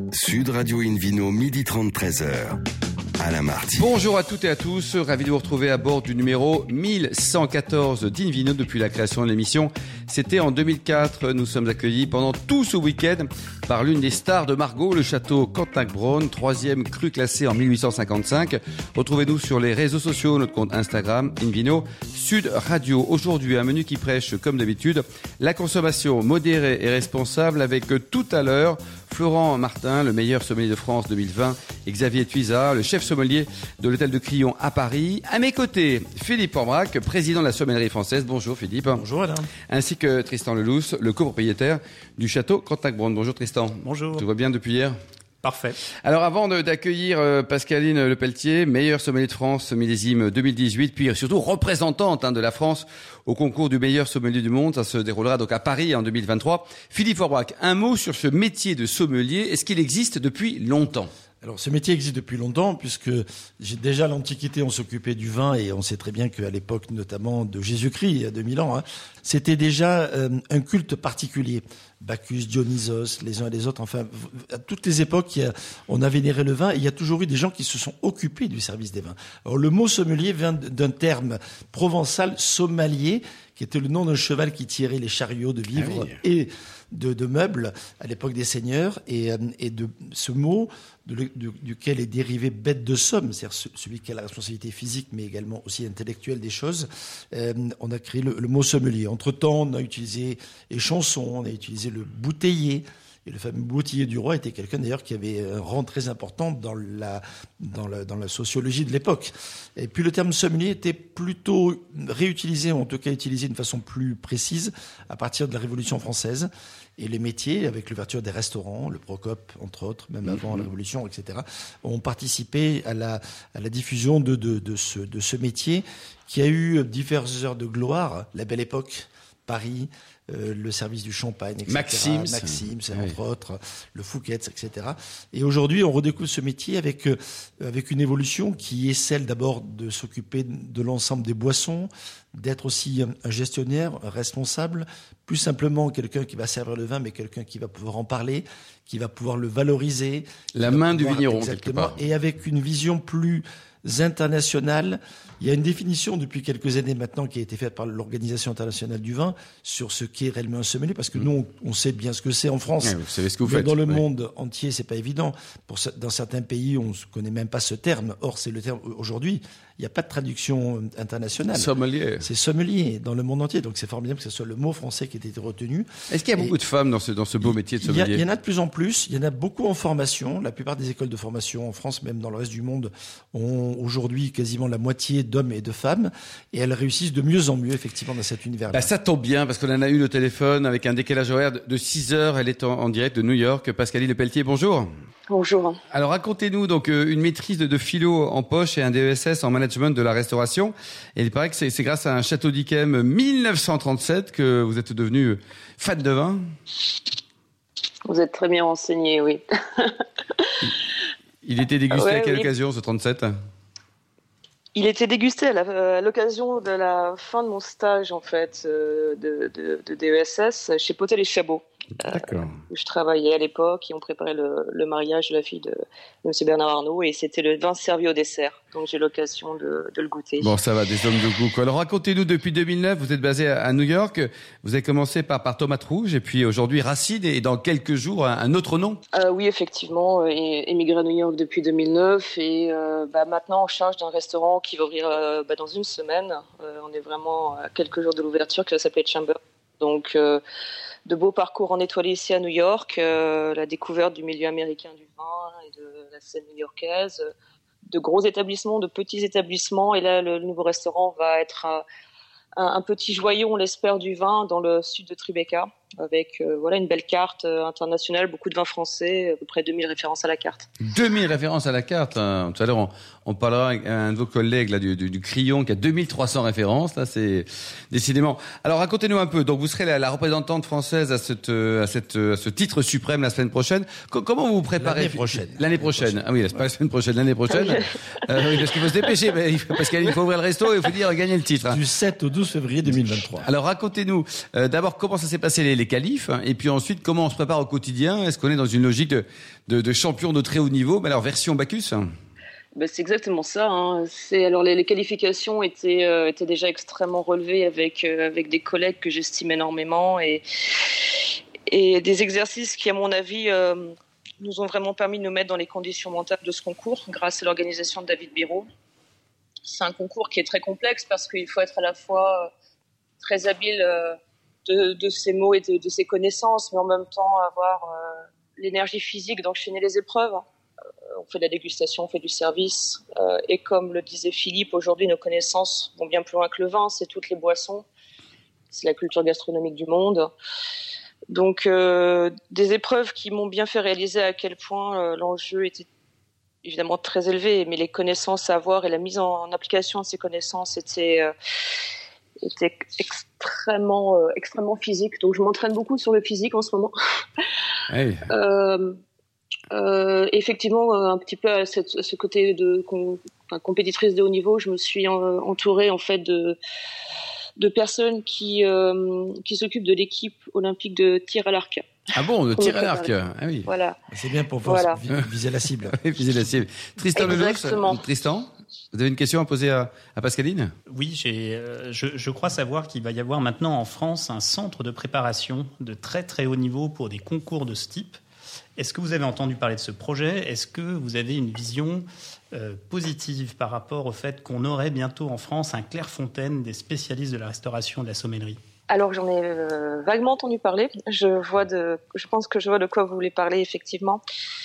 Sud Radio Invino, 12h30, 13h. Alain Marty. Bonjour à toutes et à tous, ravi de vous retrouver à bord du numéro 1114 d'Invino depuis la création de l'émission. C'était en 2004, nous sommes accueillis pendant tout ce week-end par l'une des stars de Margaux, le château Cantac-Braun, 3e cru classé en 1855. Retrouvez-nous sur les réseaux sociaux, notre compte Instagram, Invino Sud Radio. Aujourd'hui, un menu qui prêche, comme d'habitude, la consommation modérée et responsable avec tout à l'heure Florent Martin, le meilleur sommelier de France 2020, et Xavier Tuizard, le chef sommelier de l'hôtel de Crillon à Paris. À mes côtés, Philippe Orbrac, président de la sommellerie française. Bonjour Philippe. Bonjour Alain. Ainsi que Tristan Lelousse, le copropriétaire du château Cantac-Braun. Bonjour Tristan. Bonjour. Tout va bien depuis hier ? Parfait. Alors avant d'accueillir Pascaline Lepelletier, meilleure sommelier de France millésime 2018, puis surtout représentante de la France au concours du meilleur sommelier du monde, ça se déroulera donc à Paris en 2023. Philippe Orbrac, un mot sur ce métier de sommelier, est-ce qu'il existe depuis longtemps ? Alors, ce métier existe depuis longtemps, puisque déjà l'Antiquité, on s'occupait du vin, et on sait très bien qu'à l'époque, notamment de Jésus-Christ, il y a 2000 ans, c'était déjà un culte particulier. Bacchus, Dionysos, les uns et les autres, enfin, à toutes les époques, on a vénéré le vin, et il y a toujours eu des gens qui se sont occupés du service des vins. Alors, le mot sommelier vient d'un terme provençal, sommelier, qui était le nom d'un cheval qui tirait les chariots de vivres et de meubles à l'époque des seigneurs, et de ce mot duquel est dérivé bête de somme, c'est-à-dire celui qui a la responsabilité physique mais également aussi intellectuelle des choses. On a créé le mot sommelier. Entre-temps, on a utilisé échanson, on a utilisé le bouteiller. Et le fameux bouteiller du roi était quelqu'un d'ailleurs qui avait un rang très important dans la sociologie de l'époque. Et puis le terme sommelier était plutôt réutilisé, ou en tout cas utilisé d'une façon plus précise à partir de la Révolution française. Et les métiers, avec l'ouverture des restaurants, le Procope entre autres, même avant la Révolution, etc., ont participé à la diffusion de ce métier qui a eu diverses heures de gloire. La Belle Époque, Paris, le service du champagne, etc. Maxims, entre autres, le Fouquet's, etc. Et aujourd'hui, on redécouvre ce métier avec une évolution qui est celle d'abord de s'occuper de l'ensemble des boissons, d'être aussi un gestionnaire, un responsable, plus simplement quelqu'un qui va servir le vin, mais quelqu'un qui va pouvoir en parler, qui va pouvoir le valoriser. La main du vigneron, quelque part. Et avec une vision plus internationale. Il y a une définition depuis quelques années maintenant qui a été faite par l'Organisation internationale du vin sur ce qu'est réellement un sommelier, parce que nous, on sait bien ce que c'est en France. Vous savez ce que vous mais faites. Dans le monde entier, c'est pas évident. Dans certains pays, on ne connaît même pas ce terme. Or, c'est le terme aujourd'hui. Il n'y a pas de traduction internationale. Sommelier. C'est sommelier dans le monde entier. Donc, c'est formidable que ce soit le mot français qui ait été retenu. Est-ce qu'il y a beaucoup de femmes dans ce beau métier de sommelier ? Il y en a de plus en plus. Il y en a beaucoup en formation. La plupart des écoles de formation en France, même dans le reste du monde, ont aujourd'hui quasiment la moitié d'hommes et de femmes. Et elles réussissent de mieux en mieux, effectivement, dans cet univers-là. Ça tombe bien, parce qu'on en a eu le téléphone avec un décalage horaire de 6 heures. Elle est en direct de New York. Pascaline Lepelletier, bonjour. Bonjour. Alors racontez-nous donc une maîtrise de philo en poche et un DESS en management de la restauration. Et il paraît que c'est grâce à un château d'Yquem 1937 que vous êtes devenu fan de vin. Vous êtes très bien renseigné, oui. Il était dégusté à quelle occasion, ce 37 ? Il était dégusté à l'occasion de la fin de mon stage en fait de DESS chez Potel et Chabot. Où je travaillais à l'époque et on préparait le mariage de la fille de M. Bernard Arnault et c'était le vin servi au dessert. Donc j'ai l'occasion de le goûter. Bon, ça va, des hommes de goût, quoi. Alors racontez-nous, depuis 2009, vous êtes basé à New York. Vous avez commencé par Tomate Rouge et puis aujourd'hui Racine et dans quelques jours un autre nom. Oui, effectivement, émigré à New York depuis 2009 et maintenant en charge d'un restaurant qui va ouvrir dans une semaine. On est vraiment à quelques jours de l'ouverture qui va s'appeler Chamber. Donc de beaux parcours en étoilé ici à New York, la découverte du milieu américain du vin et de la scène new-yorkaise, de gros établissements, de petits établissements. Et là, le nouveau restaurant va être un petit joyau, on l'espère, du vin dans le sud de Tribeca, avec une belle carte internationale, beaucoup de vins français, à peu près 2000 références à la carte. 2000 références à la carte. Tout à l'heure, on parlera avec un de vos collègues là, du Crillon qui a 2300 références. Là, c'est décidément. Alors, racontez-nous un peu. Donc, vous serez la représentante française à ce titre suprême la semaine prochaine. Comment vous vous préparez ? L'année prochaine. Ah oui, c'est pas la semaine prochaine, l'année prochaine. Oui, parce qu'il faut se dépêcher. Parce qu'il faut ouvrir le resto et il faut dire gagner le titre. Du 7 au 12 février 2023. Alors, racontez-nous d'abord comment ça s'est passé les qualifs, et puis ensuite, comment on se prépare au quotidien? Est-ce qu'on est dans une logique de champion de très haut niveau? Mais alors, version Bacchus? C'est exactement ça. Hein. Alors les qualifications étaient déjà extrêmement relevées avec des collègues que j'estime énormément et des exercices qui, à mon avis, nous ont vraiment permis de nous mettre dans les conditions mentales de ce concours grâce à l'organisation de David Biro. C'est un concours qui est très complexe parce qu'il faut être à la fois très habile de ses mots et de ses connaissances, mais en même temps avoir l'énergie physique d'enchaîner les épreuves. On fait de la dégustation, on fait du service. Et comme le disait Philippe, aujourd'hui, nos connaissances vont bien plus loin que le vin. C'est toutes les boissons. C'est la culture gastronomique du monde. Donc, des épreuves qui m'ont bien fait réaliser à quel point l'enjeu était évidemment très élevé, mais les connaissances à avoir et la mise en application de ces connaissances étaient extrêmement physique. Donc, je m'entraîne beaucoup sur le physique en ce moment. Hey. Effectivement, un petit peu à ce côté de compétitrice de haut niveau, je me suis entourée en fait de personnes qui s'occupent de l'équipe olympique de tir à l'arc. Ah bon, de tir à l'arc. Ah oui. Voilà. C'est bien pour viser la cible. Viser la cible. Tristan Lelouch, Tristan, vous avez une question à poser à Pascaline? Oui, je crois savoir qu'il va y avoir maintenant en France un centre de préparation de très très haut niveau pour des concours de ce type. Est-ce que vous avez entendu parler de ce projet? Est-ce que vous avez une vision positive par rapport au fait qu'on aurait bientôt en France un Clairefontaine des spécialistes de la restauration et de la sommellerie? Alors j'en ai vaguement entendu parler. Je pense que je vois de quoi vous voulez parler effectivement.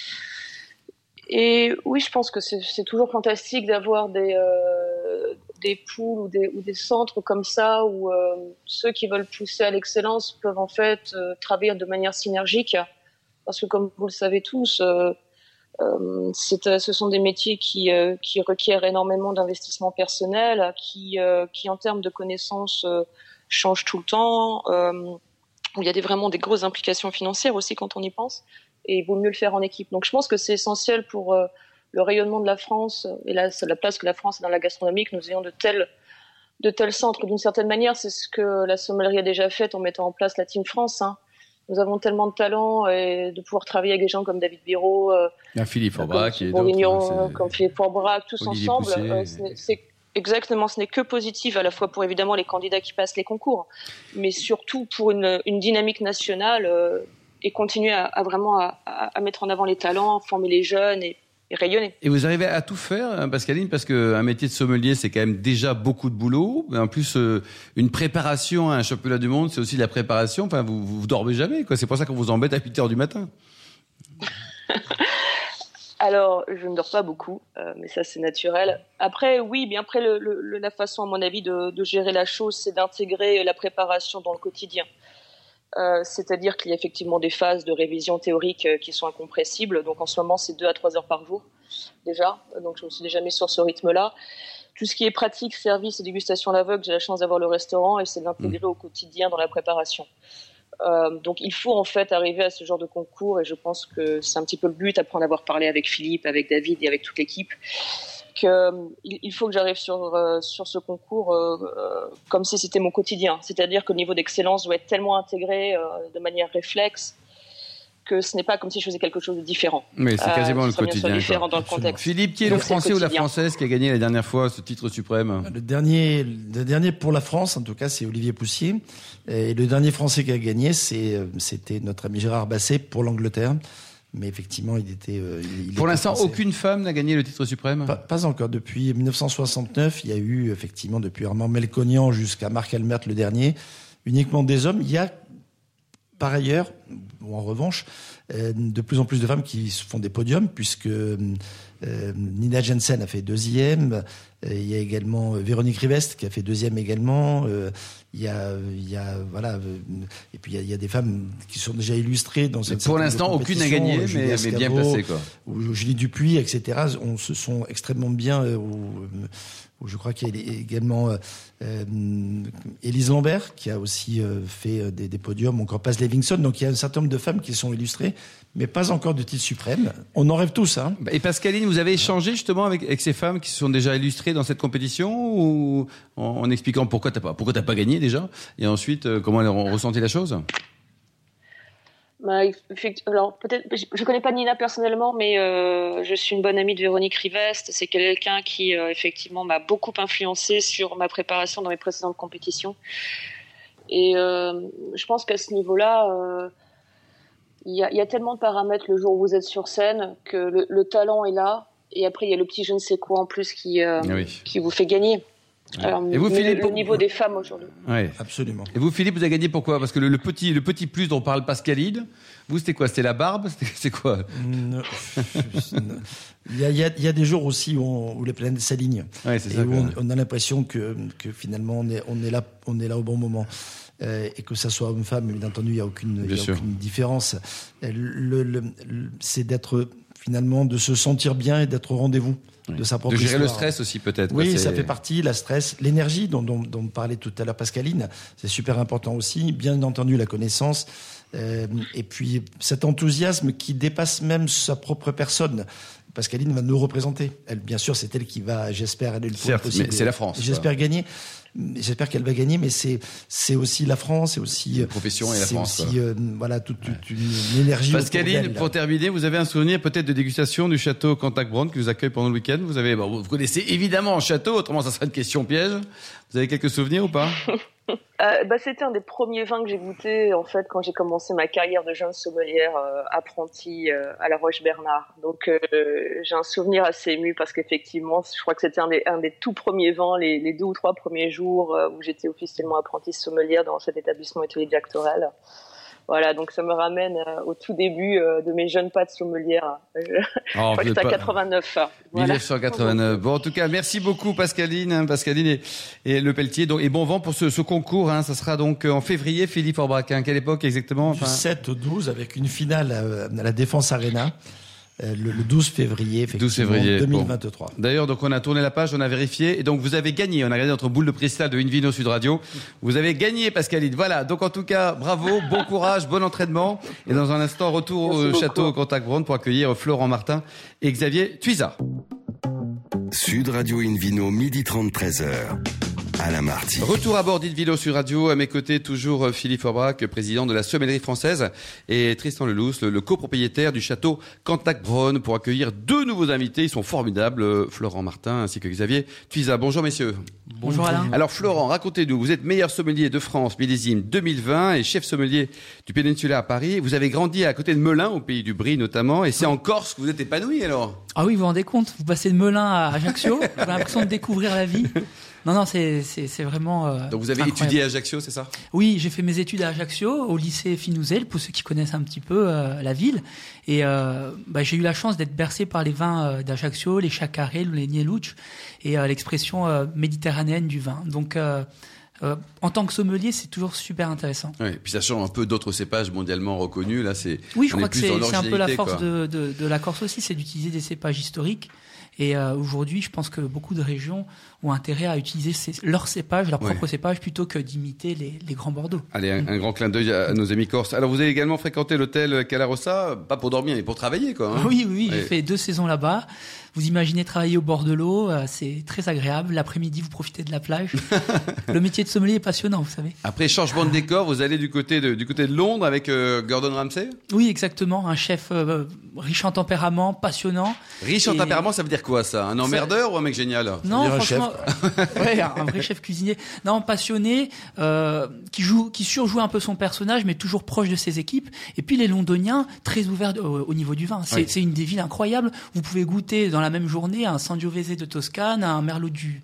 Et oui, je pense que c'est toujours fantastique d'avoir des poules ou des centres comme ça où ceux qui veulent pousser à l'excellence peuvent en fait travailler de manière synergique. Parce que comme vous le savez tous, ce sont des métiers qui requièrent énormément d'investissement personnel, qui en termes de connaissances changent tout le temps, où il y a vraiment des grosses implications financières aussi quand on y pense, et il vaut mieux le faire en équipe. Donc je pense que c'est essentiel pour le rayonnement de la France et la place que la France a dans la gastronomie, que nous ayons de tels centres. D'une certaine manière, c'est ce que la sommellerie a déjà fait en mettant en place la Team France, hein. Nous avons tellement de talent et de pouvoir travailler avec des gens comme David Biro, Philippe Forbrac, comme Philippe Forbrac, tous Olivier ensemble. Exactement, ce n'est que positif à la fois pour évidemment les candidats qui passent les concours, mais surtout pour une dynamique nationale et continuer à vraiment mettre en avant les talents, former les jeunes et rayonner. Et vous arrivez à tout faire, Pascaline, parce qu'un métier de sommelier, c'est quand même déjà beaucoup de boulot. En plus, une préparation à un championnat du monde, c'est aussi de la préparation. Enfin, vous dormez jamais, quoi. C'est pour ça qu'on vous embête à 8h du matin. Alors, je ne dors pas beaucoup, mais ça, c'est naturel. Après, oui, bien après, la façon, à mon avis, de gérer la chose, c'est d'intégrer la préparation dans le quotidien. C'est-à-dire qu'il y a effectivement des phases de révision théorique qui sont incompressibles. Donc en ce moment, c'est 2 à 3 heures par jour déjà. Donc je me suis déjà mis sur ce rythme-là. Tout ce qui est pratique, service et dégustation à l'aveugle, j'ai la chance d'avoir le restaurant et c'est de l'intégrer au quotidien dans la préparation. Donc il faut en fait arriver à ce genre de concours et je pense que c'est un petit peu le but, après en avoir parlé avec Philippe, avec David et avec toute l'équipe, qu'il faut que j'arrive sur ce concours comme si c'était mon quotidien. C'est-à-dire que le niveau d'excellence doit être tellement intégré de manière réflexe que ce n'est pas comme si je faisais quelque chose de différent. Mais c'est quasiment le quotidien. Différent dans le contexte. Philippe, qui est le Français ou la Française qui a gagné la dernière fois ce titre suprême? Le dernier pour la France, en tout cas, c'est Olivier Poussier. Et le dernier Français qui a gagné, c'était notre ami Gérard Basset pour l'Angleterre. Mais effectivement, il était. Pour l'instant, aucune femme n'a gagné le titre suprême? Pas encore. Depuis 1969, il y a eu effectivement, depuis Armand Melconian jusqu'à Marc Elmert le dernier, uniquement des hommes. Il y a par ailleurs, en revanche, de plus en plus de femmes qui font des podiums, puisque Nina Jensen a fait 2e. Il y a également Véronique Rivest qui a fait 2e également. Il y a et puis il y a des femmes qui sont déjà illustrées dans cette. Pour l'instant, aucune n'a gagné, mais bien placée, quoi. Ou Julie Dupuis, etc. On se sont extrêmement bien. Je crois qu'il y a également Élise Lambert qui a aussi fait des podiums, encore Paz Levinson. Donc il y a un certain nombre de femmes qui sont illustrées, mais pas encore de titre suprême. On en rêve tous, hein. Et Pascaline, vous avez échangé justement avec ces femmes qui se sont déjà illustrées dans cette compétition, ou en expliquant pourquoi t'as pas gagné déjà, et ensuite comment elles ont ressenti la chose? Alors peut-être, je connais pas Nina personnellement, mais je suis une bonne amie de Véronique Rivest. C'est quelqu'un qui effectivement m'a beaucoup influencée sur ma préparation dans mes précédentes compétitions. Et je pense qu'à ce niveau-là, il y a tellement de paramètres le jour où vous êtes sur scène que le talent est là. Et après, il y a le petit je ne sais quoi en plus qui vous fait gagner. Ouais. Alors, et vous, Philippe, le niveau des femmes aujourd'hui. Ouais. Absolument. Et vous, Philippe, vous avez gagné pourquoi? Parce que le petit plus dont parle Pascaline, vous, c'était quoi? C'était la barbe? C'est quoi? Il y a des jours aussi où les planètes s'alignent. Ouais, c'est et ça, où on a l'impression que finalement on est là au bon moment. Et que ça soit homme-femme, bien entendu, il n'y a aucune différence. C'est d'être finalement de se sentir bien et d'être au rendez-vous de sa propre histoire. De gérer le stress aussi peut-être. Oui, ça fait partie, la stress, l'énergie dont parlait tout à l'heure Pascaline, c'est super important aussi. Bien entendu, la connaissance et puis cet enthousiasme qui dépasse même sa propre personne. Pascaline va nous représenter. Elle, bien sûr, c'est elle qui va, j'espère, elle est le plus possible. Mais c'est la France. J'espère gagner. J'espère qu'elle va gagner, mais c'est aussi la France, c'est aussi la profession et la France. C'est aussi voilà toute une énergie. Pascaline, pour terminer, vous avez un souvenir peut-être de dégustation du château Cantac-Brown qui vous accueille pendant le week-end. Vous connaissez évidemment le château, autrement ça serait une question piège. Vous avez quelques souvenirs ou pas? C'était un des premiers vins que j'ai goûté en fait quand j'ai commencé ma carrière de jeune sommelière apprentie à la Roche-Bernard. Donc j'ai un souvenir assez ému parce qu'effectivement, je crois que c'était un des tout premiers vins, les 2 ou 3 premiers jours où j'étais officiellement apprentie sommelière dans cet établissement hôtelier Jacques Torel. Voilà, donc ça me ramène au tout début de mes jeunes pas de sommelière. Je crois que c'était à 89. Voilà. 1989. Bon, en tout cas, merci beaucoup Pascaline et Le Pelletier. Donc, et bon vent pour ce concours. Ça sera donc en février, Philippe Orbach. Quelle époque exactement? Du 7 au 12 avec une finale à la Défense Arena. Le 12 février, effectivement, 2023. Bon. D'ailleurs, donc on a tourné la page, on a vérifié, et donc vous avez gagné. On a regardé notre boule de cristal de Invino Sud Radio. Vous avez gagné, Pascaline. Voilà. Donc en tout cas, bravo, bon courage, bon entraînement. Et dans un instant, retour au château Cantac-Brown pour accueillir Florent Martin et Xavier Tuisa. Sud Radio Invino, 12h30, 13h. Alain Marty. Retour à bord d'Invino Sud Radio. À mes côtés, toujours Philippe Orbach, président de la sommellerie française, et Tristan Lelousse, le copropriétaire du château Cantac-Brown, pour accueillir 2 nouveaux invités. Ils sont formidables, Florent Martin ainsi que Xavier Tuisa. Bonjour messieurs. Bonjour Alain. Alors Florent, racontez-nous, vous êtes meilleur sommelier de France, millésime 2020, et chef sommelier du Péninsula à Paris. Vous avez grandi à côté de Melun, au pays du Brie notamment, et c'est en Corse que vous êtes épanoui alors? Ah oui, vous vous rendez compte, vous passez de Melun à Ajaccio, j'ai l'impression de découvrir la vie. Non, c'est vraiment Donc vous avez incroyable. étudié à Ajaccio, c'est ça? Oui, j'ai fait mes études à Ajaccio, au lycée Finouzel, pour ceux qui connaissent un petit peu la ville. Et j'ai eu la chance d'être bercé par les vins d'Ajaccio, les Chacarel ou les Nieluch, et l'expression méditerranéenne du vin. Donc en tant que sommelier, c'est toujours super intéressant. Oui, puis ça change un peu d'autres cépages mondialement reconnus. Là, oui, je crois que c'est un peu la force de la Corse aussi, c'est d'utiliser des cépages historiques. Et aujourd'hui, je pense que beaucoup de régions ont intérêt à utiliser leur cépage, leur propre cépage, plutôt que d'imiter les grands Bordeaux. Allez, un grand clin d'œil à nos amis corses. Alors, vous avez également fréquenté l'hôtel Calarossa, pas pour dormir, mais pour travailler, quoi. Oui, j'ai fait 2 saisons là-bas. Vous imaginez travailler au bord de l'eau, c'est très agréable. L'après-midi, vous profitez de la plage. Le métier de sommelier est passionnant, vous savez. Après changement de décor, vous allez du côté de Londres avec Gordon Ramsay? Oui, exactement. Un chef riche en tempérament, passionnant. Riche en tempérament, ça veut dire quoi ça? Un emmerdeur ou un mec génial? Non, franchement, un vrai chef cuisinier. Non, passionné, qui surjoue un peu son personnage, mais toujours proche de ses équipes. Et puis les Londoniens, très ouverts au niveau du vin. C'est une des villes incroyables. Vous pouvez goûter dans la même journée un Sangiovese de Toscane, un Merlot du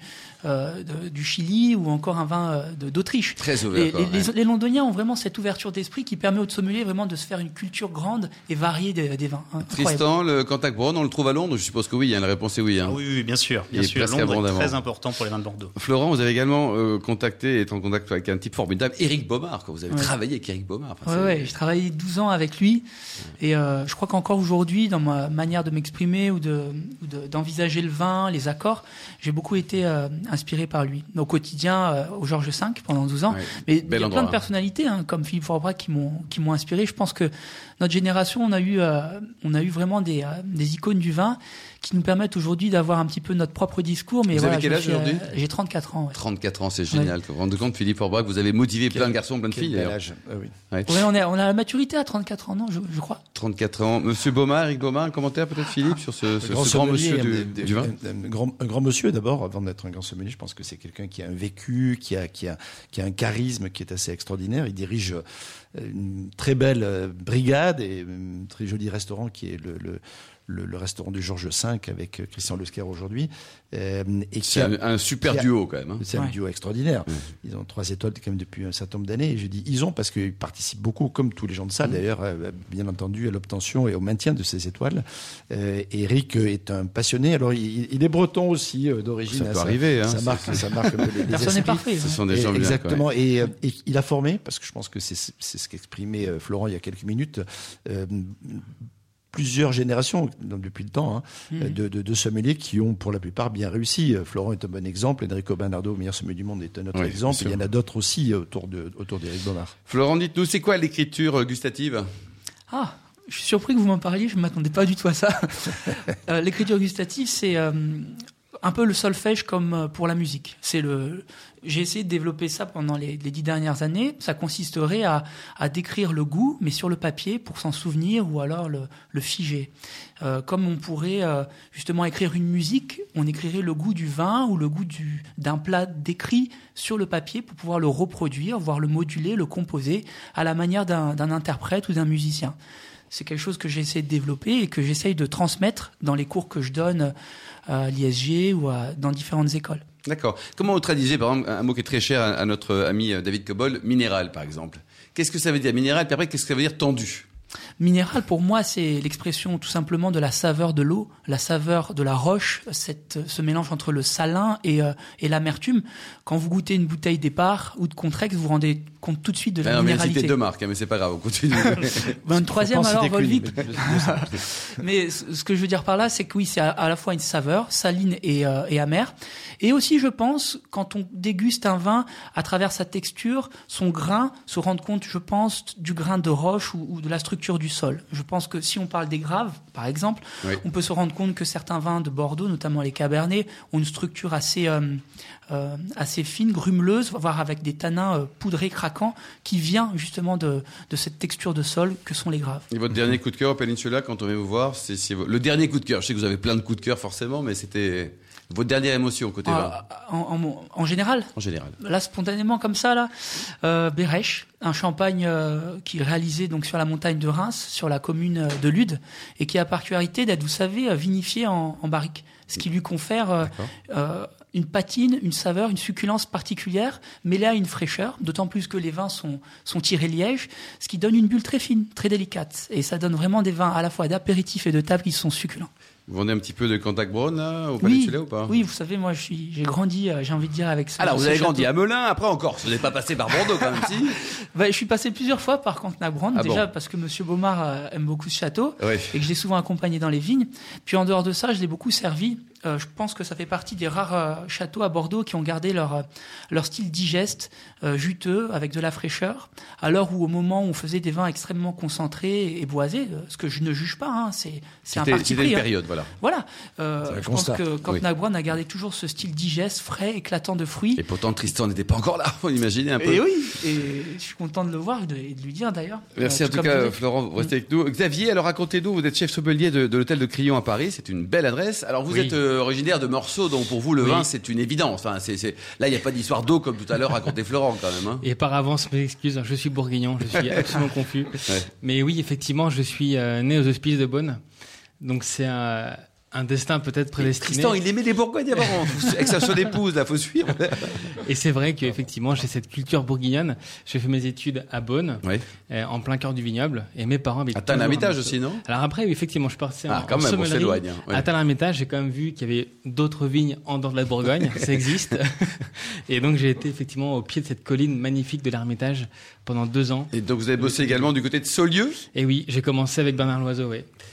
Chili ou encore un vin d'Autriche. Très ouvert. Les Londoniens ont vraiment cette ouverture d'esprit qui permet aux sommeliers vraiment de se faire une culture grande et variée des vins. Tristan, le Cantac-Brown, on le trouve à Londres? Je suppose que oui, la réponse est oui. Oui, bien sûr. Londres est très important pour les vins de Bordeaux. Florent, vous avez également été en contact avec un type formidable, Éric Baumard, quand vous avez travaillé avec Éric Baumard. Oui, j'ai travaillé 12 ans avec lui et je crois qu'encore aujourd'hui, dans ma manière de m'exprimer ou d'envisager le vin, les accords, j'ai beaucoup été inspiré par lui. Au quotidien, au Georges V pendant 12 ans. Mais il y a plein de personnalités, comme Philippe Orbach qui m'ont inspiré. Je pense que notre génération, on a eu vraiment des icônes du vin qui nous permettent aujourd'hui d'avoir un petit peu notre propre discours. Mais vous voilà, avez quel âge aujourd'hui ? J'ai 34 ans. Ouais. 34 ans, c'est génial. Vous vous rendez compte, Philippe Orbach, vous avez motivé plein de garçons, plein de filles. Quel âge oui. Ouais. Ouais, on a la maturité à 34 ans, non, je crois. 34 ans. Monsieur Baumard, Eric Baumard, un commentaire peut-être, Philippe, sur ce grand monsieur du vin ? Un grand monsieur d'abord, avant d'être un grand sommelier, je pense que c'est quelqu'un qui a un vécu, qui a un charisme qui est assez extraordinaire. Il dirige une très belle brigade et un très joli restaurant qui est le restaurant du Georges V avec Christian Lesquer aujourd'hui. C'est un super duo quand même. Hein. C'est un duo extraordinaire. Ils ont 3 étoiles quand même depuis un certain nombre d'années. Et je dis ils ont parce qu'ils participent beaucoup, comme tous les gens de salle d'ailleurs, bien entendu, à l'obtention et au maintien de ces étoiles. Eric est un passionné. Alors il est breton aussi d'origine. Ça peut arriver. Hein, ça marque un peu les Personne n'est parfait. Ce sont des gens exactement. Et il a formé, parce que je pense que c'est ce qu'exprimait Florent il y a quelques minutes, plusieurs générations, depuis le temps, de sommeliers qui ont pour la plupart bien réussi. Florent est un bon exemple, Enrico Bernardo, meilleur sommelier du monde, est un autre exemple. Il y en a d'autres aussi autour d'Éric Baumard. Florent, dites-nous, c'est quoi l'écriture gustative ? Je suis surpris que vous m'en parliez, je ne m'attendais pas du tout à ça. L'écriture gustative, c'est un peu le solfège comme pour la musique. J'ai essayé de développer ça pendant les 10 dernières années. Ça consisterait à décrire le goût, mais sur le papier pour s'en souvenir ou alors le figer. Comme on pourrait justement écrire une musique, on écrirait le goût du vin ou le goût d'un plat décrit sur le papier pour pouvoir le reproduire, voire le moduler, le composer à la manière d'un interprète ou d'un musicien. C'est quelque chose que j'essaie de développer et que j'essaye de transmettre dans les cours que je donne à l'ISG ou dans différentes écoles. D'accord. Comment vous traduisez, par exemple, un mot qui est très cher à notre ami David Cobol, minéral, par exemple ? Qu'est-ce que ça veut dire minéral ? Puis après, qu'est-ce que ça veut dire tendu ? Minéral, pour moi, c'est l'expression tout simplement de la saveur de l'eau, la saveur de la roche, ce mélange entre le salin et l'amertume. Quand vous goûtez une bouteille d'Épar ou de Contrex, vous vous rendez compte tout de suite de la minéralité. On vient de citer 2 marques, mais c'est pas grave, on continue. Une troisième alors, Volvic. Mais ce que je veux dire par là, c'est que oui, c'est à la fois une saveur saline et amère. Et aussi, je pense, quand on déguste un vin à travers sa texture, son grain, se rendre compte, je pense, du grain de roche ou de la structure du sol. Je pense que si on parle des graves, par exemple, on peut se rendre compte que certains vins de Bordeaux, notamment les Cabernets, ont une structure assez fine, grumeleuse, voire avec des tanins poudrés, craquants, qui vient justement de cette texture de sol que sont les graves. Et votre dernier coup de cœur au Peninsula, quand on vient vous voir, c'est le dernier coup de cœur. Je sais que vous avez plein de coups de cœur forcément, mais c'était votre dernière émotion côté vin. En général. En général. Là, spontanément comme ça, Bérèche, un champagne qui est réalisé donc sur la montagne de Reims, sur la commune de Lude, et qui a la particularité d'être, vous savez, vinifié en barrique, ce qui lui confère une patine, une saveur, une succulence particulière, mêlée à une fraîcheur, d'autant plus que les vins sont tirés liège, ce qui donne une bulle très fine, très délicate, et ça donne vraiment des vins à la fois d'apéritif et de table qui sont succulents. Vous vendez un petit peu de Cantac Brown là, au Peninsula ou pas ? Oui, vous savez, moi j'ai grandi, j'ai envie de dire, avec ça. Alors vous avez grandi à Melun, après en Corse, vous n'êtes pas passé par Bordeaux quand même, si ? Je suis passé plusieurs fois par Cantac Brown, parce que Monsieur Baumard aime beaucoup ce château, et que je l'ai souvent accompagné dans les vignes. Puis en dehors de ça, je l'ai beaucoup servi. Je pense que ça fait partie des rares châteaux à Bordeaux qui ont gardé leur style digeste, juteux, avec de la fraîcheur, à l'heure où au moment où on faisait des vins extrêmement concentrés et boisés, ce que je ne juge pas, c'est un parti pris. C'était une période, voilà. Je pense que Cantac Brown a gardé toujours ce style digeste, frais, éclatant de fruits. Et pourtant Tristan n'était pas encore là, faut imaginer un peu. Et oui, et je suis content de le voir et de lui dire d'ailleurs. Merci en tout cas Florent, vous restez avec nous. Xavier, alors racontez-nous, vous êtes chef sommelier de l'hôtel de Crillon à Paris, c'est une belle adresse. Alors vous êtes originaire de Meursault, donc pour vous le vin c'est une évidence. Enfin, là il n'y a pas d'histoire d'eau comme tout à l'heure racontait Florent quand même. Hein. Et par avance, mes excuses, je suis bourguignon, je suis absolument confus. Mais oui, effectivement, je suis né aux Hospices de Beaune, donc c'est un destin peut-être prédestiné. Tristan, il aimait les Bourgognes avant, avec sa son épouse, là, faut suivre. Et c'est vrai qu'effectivement, j'ai cette culture bourguignonne. J'ai fait mes études à Beaune, en plein cœur du vignoble, et mes parents habitent. À Tain-l'Hermitage aussi, non ? Alors après, effectivement, je suis parti quand même, on s'éloigne. À Tain-l'Hermitage, j'ai quand même vu qu'il y avait d'autres vignes en dehors de la Bourgogne, ça existe. Et donc j'ai été effectivement au pied de cette colline magnifique de l'Hermitage pendant 2 ans. Et donc vous avez bossé également du côté de Saulieu ? Et oui, j'ai commencé avec Bernard Loiseau,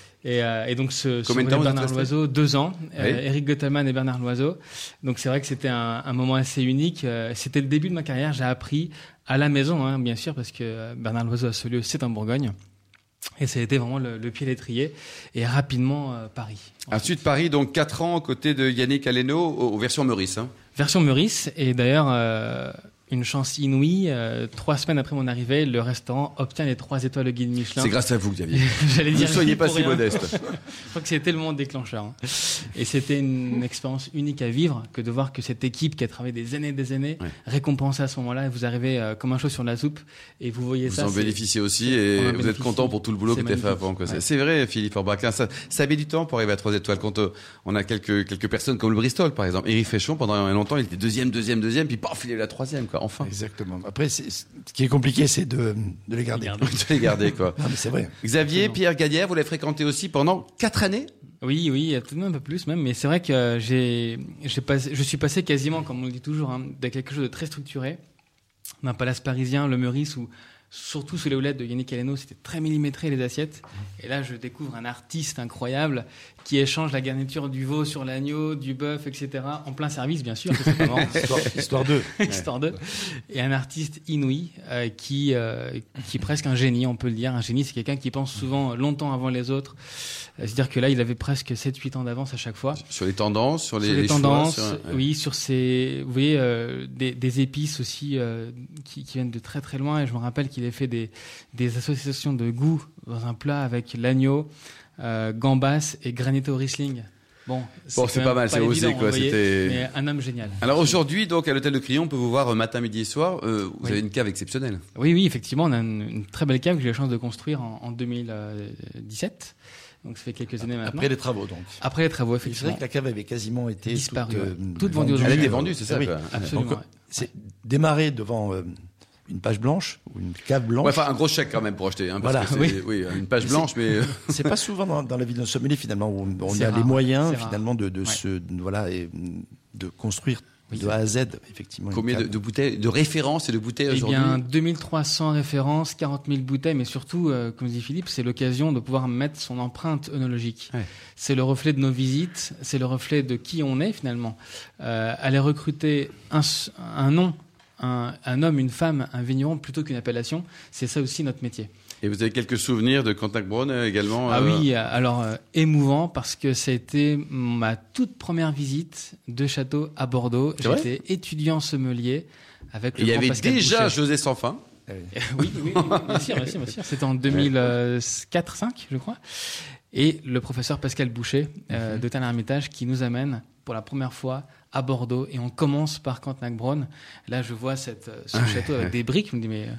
Et donc combien de temps Bernard Loiseau, 2 ans, Eric Gottelmann et Bernard Loiseau. Donc c'est vrai que c'était un moment assez unique. C'était le début de ma carrière. J'ai appris à la maison, bien sûr, parce que Bernard Loiseau à Saulieu, c'est en Bourgogne. Et ça a été vraiment le pied à l'étrier. Et rapidement, Paris. Ensuite, Paris, donc 4 ans aux côtés de Yannick Aleno, aux versions Meurice. Hein. Version Meurice. Et d'ailleurs, une chance inouïe, 3 semaines après mon arrivée, le restaurant obtient les 3 étoiles de guide Michelin. C'est grâce à vous, Xavier. J'allais dire, ne soyez pas si rien. modeste. Je crois que c'était le moment déclencheur. Hein. Et c'était une expérience unique à vivre que de voir que cette équipe qui a travaillé des années, récompensée à ce moment-là, et vous arrivez comme un cheveu sur la soupe et vous voyez vous ça. Vous en bénéficiez aussi et vous êtes content pour tout le boulot que tu as fait avant. Quoi. Ouais. C'est vrai, Philippe Orbach. Ça met du temps pour arriver à 3 étoiles. Quand on a quelques personnes comme le Bristol, par exemple. Éric Féchon, pendant longtemps, il était deuxième, puis paf, il est la 3e, quoi. Enfin. Exactement. Après, ce qui est compliqué, c'est de les garder. De les garder, quoi. Non, mais c'est vrai. Xavier, Pierre Gadière, vous l'avez fréquenté aussi pendant 4 années? Oui, tout de même un peu plus même, mais c'est vrai que je suis passé quasiment, comme on le dit toujours, de quelque chose de très structuré, d'un palace parisien, le Meurice, où surtout sous les houlettes de Yannick Aleno, c'était très millimétré les assiettes. Et là, je découvre un artiste incroyable qui échange la garniture du veau sur l'agneau, du bœuf, etc. en plein service, bien sûr. C'est pas marrant. Histoire d'eux. Histoire d'eux. Et un artiste inouï qui est presque un génie, on peut le dire. Un génie, c'est quelqu'un qui pense souvent longtemps avant les autres. C'est-à-dire que là, il avait presque 7-8 ans d'avance à chaque fois. Sur les tendances, sur les tendances, choix, oui, sur ces, vous voyez, des épices aussi qui viennent de très très loin. Et je me rappelle qu'il a fait des associations de goût dans un plat avec l'agneau, gambas et granito Riesling. Bon, c'est pas mal, c'est osé, quoi. Mais un homme génial. Alors aujourd'hui, donc, à l'hôtel de Crillon, on peut vous voir matin, midi et soir. Vous avez une cave exceptionnelle. Oui, effectivement, on a une très belle cave que j'ai eu la chance de construire en 2017. Donc ça fait quelques années maintenant. Après les travaux, donc. Après les travaux, effectivement. C'est vrai que la cave avait quasiment été disparue. Toute vendue aux enchères. Elle était vendue, c'est ça, oui. Quoi. Absolument. Donc, c'est démarrer devant une page blanche ou une cave blanche. Ouais, enfin, un gros chèque quand même pour acheter. Hein, parce voilà, que oui, une page blanche, mais c'est pas souvent dans la vie d'un sommelier finalement où on a les moyens finalement de construire de A à Z, effectivement. Combien de bouteilles, de références et de bouteilles aujourd'hui? Eh bien, 2300 références, 40 000 bouteilles, mais surtout, comme dit Philippe, c'est l'occasion de pouvoir mettre son empreinte œnologique. Ouais. C'est le reflet de nos visites, c'est le reflet de qui on est finalement. Aller recruter un nom, un homme, une femme, un vigneron, plutôt qu'une appellation, c'est ça aussi notre métier. Et vous avez quelques souvenirs de Cantac-Braun également? Ah oui, alors émouvant parce que ça a été ma toute première visite de château à Bordeaux. J'étais étudiant sommelier avec le grand Pascal Boucher. Il y avait déjà José Sans Fin. Oui, bien sûr. C'était en 2004-5, je crois. Et le professeur Pascal Boucher de Tain-l'Hermitage qui nous amène pour la première fois à Bordeaux et on commence par Cantac-Braun. Là, je vois ce château avec des briques. Je me dis mais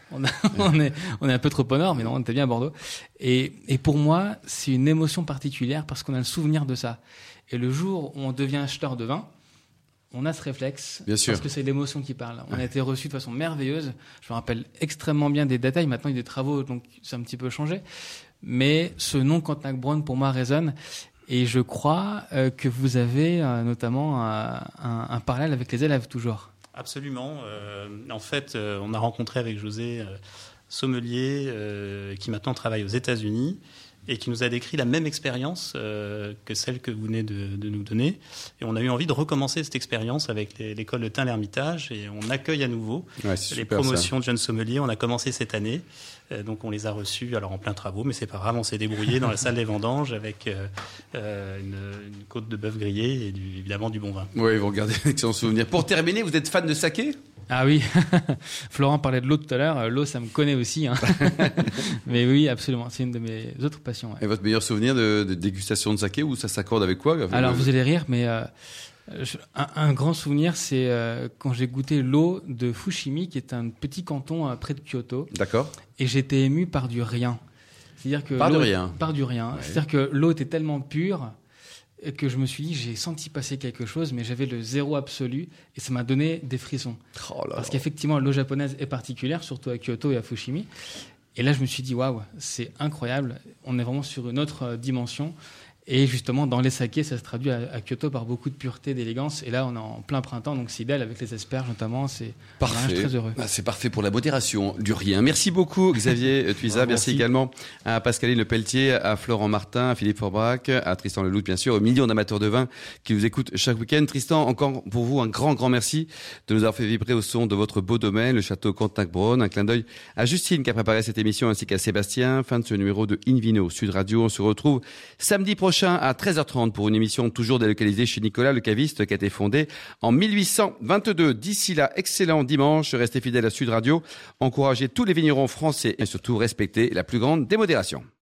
on est un peu trop au nord, mais non, on était bien à Bordeaux. Et pour moi, c'est une émotion particulière parce qu'on a le souvenir de ça. Et le jour où on devient acheteur de vin, on a ce réflexe, bien sûr, parce que c'est l'émotion qui parle. On a été reçus de façon merveilleuse. Je me rappelle extrêmement bien des détails. Maintenant, il y a des travaux, donc c'est un petit peu changé. Mais ce nom Cantac-Braun, pour moi, résonne. Et je crois que vous avez notamment un parallèle avec les élèves, toujours. Absolument. En fait, on a rencontré avec José sommelier qui maintenant travaille aux États-Unis et qui nous a décrit la même expérience que celle que vous venez de nous donner. Et on a eu envie de recommencer cette expérience avec l'école de Tain-l'Hermitage et on accueille à nouveau les promotions de jeunes sommeliers. On a commencé cette année. Donc on les a reçus alors en plein travaux, mais c'est pas grave, on s'est débrouillé dans la salle des vendanges avec une côte de bœuf grillé et évidemment du bon vin. Oui, vous regardez d'excellents souvenirs. Pour terminer, vous êtes fan de saké? Ah oui, Florent parlait de l'eau tout à l'heure, l'eau ça me connaît aussi. Hein. Mais oui, absolument, c'est une de mes autres passions. Ouais. Et votre meilleur souvenir de dégustation de saké, où ça s'accorde avec quoi? Alors vous allez rire, mais un grand souvenir, c'est quand j'ai goûté l'eau de Fushimi, qui est un petit canton près de Kyoto. D'accord. Et j'étais ému par du rien. C'est-à-dire que par du rien. Ouais. C'est-à-dire que l'eau était tellement pure que je me suis dit, j'ai senti passer quelque chose, mais j'avais le zéro absolu et ça m'a donné des frissons. Parce qu'effectivement, l'eau japonaise est particulière, surtout à Kyoto et à Fushimi. Et là, je me suis dit, waouh, c'est incroyable. On est vraiment sur une autre dimension. Et justement, dans les sakés, ça se traduit à Kyoto par beaucoup de pureté, d'élégance. Et là, on est en plein printemps, donc c'est idéal avec les asperges notamment. C'est parfait. Je suis très heureux. C'est parfait pour la modération du rien. Merci beaucoup Xavier Tuisa. Merci également à Pascaline Lepelletier, à Florent Martin, à Philippe Forbrac, à Tristan Lelouch, bien sûr, aux millions d'amateurs de vin qui nous écoutent chaque week-end. Tristan, encore pour vous un grand merci de nous avoir fait vibrer au son de votre beau domaine, le château Cantac-Braun. Un clin d'œil à Justine qui a préparé cette émission ainsi qu'à Sébastien. Fin de ce numéro de Invino Sud Radio. On se retrouve samedi prochain à 13h30 pour une émission toujours délocalisée chez Nicolas le caviste qui a été fondé en 1822. D'ici là, excellent dimanche. Restez fidèles à Sud Radio. Encouragez tous les vignerons français et surtout respectez la plus grande démodération.